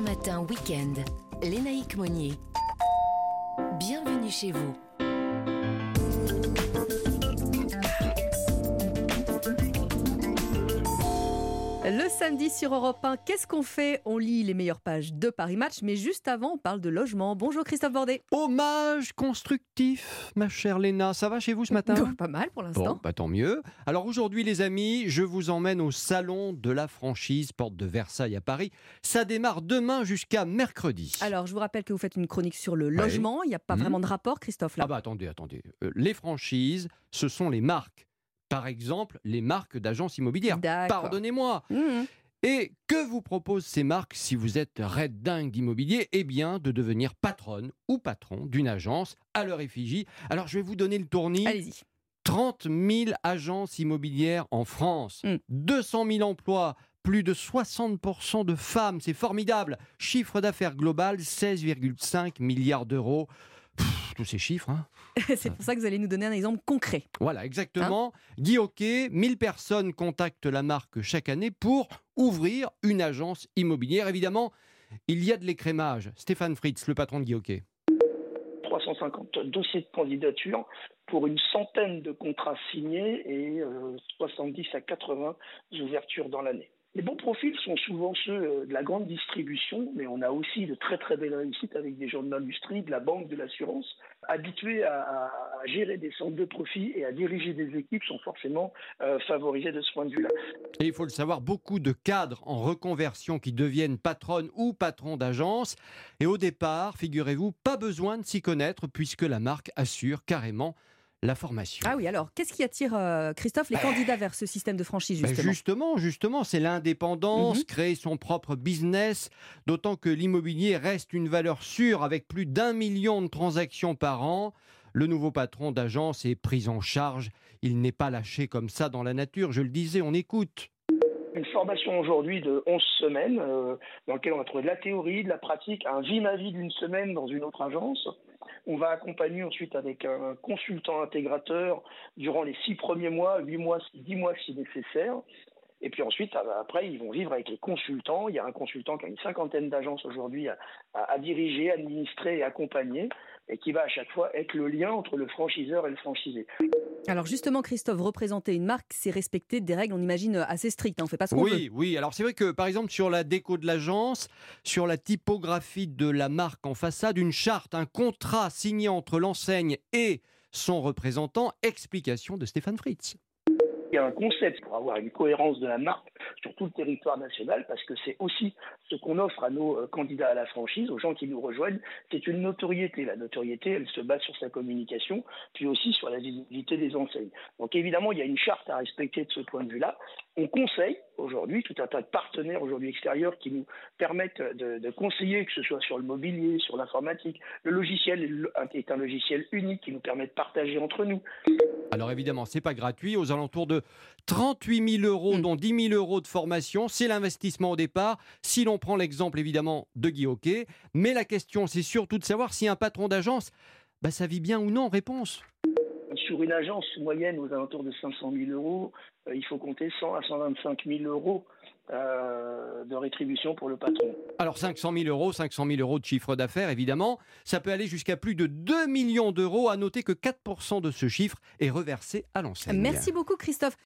Matin Week-end, Lénaïque Monnier. Bienvenue chez vous. Le samedi sur Europe 1, qu'est-ce qu'on fait ? On lit les meilleures pages de Paris Match, mais juste avant, on parle de logement. Bonjour Christophe Bordet. Hommage constructif, ma chère Léna. Ça va chez vous ce matin ? Pas mal pour l'instant. Bon, tant mieux. Alors aujourd'hui les amis, je vous emmène au salon de la franchise, porte de Versailles à Paris. Ça démarre demain jusqu'à mercredi. Alors, je vous rappelle que vous faites une chronique sur le logement. Il n'y a pas vraiment de rapport, Christophe, là. Ah bah attendez. Les franchises, ce sont les marques. Par exemple, les marques d'agences immobilières. D'accord. Pardonnez-moi. Et que vous proposent ces marques si vous êtes red dingue d'immobilier ? Eh bien, de devenir patronne ou patron d'une agence à leur effigie. Alors, je vais vous donner le tournis. Allez-y. 30 000 agences immobilières en France, 200 000 emplois, plus de 60% de femmes, c'est formidable. Chiffre d'affaires global, 16,5 milliards d'euros. Tous ces chiffres, hein. C'est pour ça que vous allez nous donner un exemple concret. Voilà, exactement. Guy Hockey, 1000 personnes contactent la marque chaque année pour ouvrir une agence immobilière. Évidemment, il y a de l'écrémage. Stéphane Fritz, le patron de Guy Hockey. 350 dossiers de candidature pour une centaine de contrats signés et 70 à 80 ouvertures dans l'année. Les bons profils sont souvent ceux de la grande distribution, mais on a aussi de très très belles réussites avec des gens de l'industrie, de la banque, de l'assurance. Habitués à gérer des centres de profit et à diriger des équipes sont forcément favorisés de ce point de vue-là. Et il faut le savoir, beaucoup de cadres en reconversion qui deviennent patronnes ou patrons d'agence. Et au départ, figurez-vous, pas besoin de s'y connaître puisque la marque assure carrément la formation. Ah oui, alors, qu'est-ce qui attire, Christophe, les candidats vers ce système de franchise, justement ? Justement, c'est l'indépendance, créer son propre business, d'autant que l'immobilier reste une valeur sûre avec plus d'1 million de transactions par an. Le nouveau patron d'agence est pris en charge. Il n'est pas lâché comme ça dans la nature. Je le disais, on écoute. Une formation aujourd'hui de 11 semaines, dans laquelle on va trouver de la théorie, de la pratique, un vie-ma-vie d'une semaine dans une autre agence. On va accompagner ensuite avec un consultant intégrateur durant les 6 premiers mois, 8 mois, 10 mois si nécessaire. Et puis ensuite, après, ils vont vivre avec les consultants. Il y a un consultant qui a une 50aine d'agences aujourd'hui à diriger, administrer et accompagner, et qui va à chaque fois être le lien entre le franchiseur et le franchisé. Alors justement, Christophe, représenter une marque, c'est respecter des règles, on imagine, assez strictes. On ne fait pas ce qu'on veut. Oui. Alors c'est vrai que, par exemple, sur la déco de l'agence, sur la typographie de la marque en façade, une charte, un contrat signé entre l'enseigne et son représentant, explication de Stéphane Fritz. Il y a un concept pour avoir une cohérence de la marque sur tout le territoire national, parce que c'est aussi ce qu'on offre à nos candidats à la franchise, aux gens qui nous rejoignent, c'est une notoriété. La notoriété, elle se base sur sa communication, puis aussi sur la visibilité des enseignes. Donc évidemment, il y a une charte à respecter de ce point de vue-là. On conseille aujourd'hui tout un tas de partenaires aujourd'hui extérieurs qui nous permettent de conseiller, que ce soit sur le mobilier, sur l'informatique. Le logiciel est un logiciel unique qui nous permet de partager entre nous. Alors évidemment, c'est pas gratuit, aux alentours de 38 000 euros, dont 10 000 euros de formation, c'est l'investissement au départ, si l'on prend l'exemple évidemment de Guy Hockey. Mais la question, c'est surtout de savoir si un patron d'agence, ça vit bien ou non. Réponse. Sur une agence moyenne aux alentours de 500 000 euros, il faut compter 100 à 125 000 euros de rétribution pour le patron. Alors 500 000 euros de chiffre d'affaires, évidemment. Ça peut aller jusqu'à plus de 2 millions d'euros. À noter que 4% de ce chiffre est reversé à l'enseigne. Merci beaucoup, Christophe.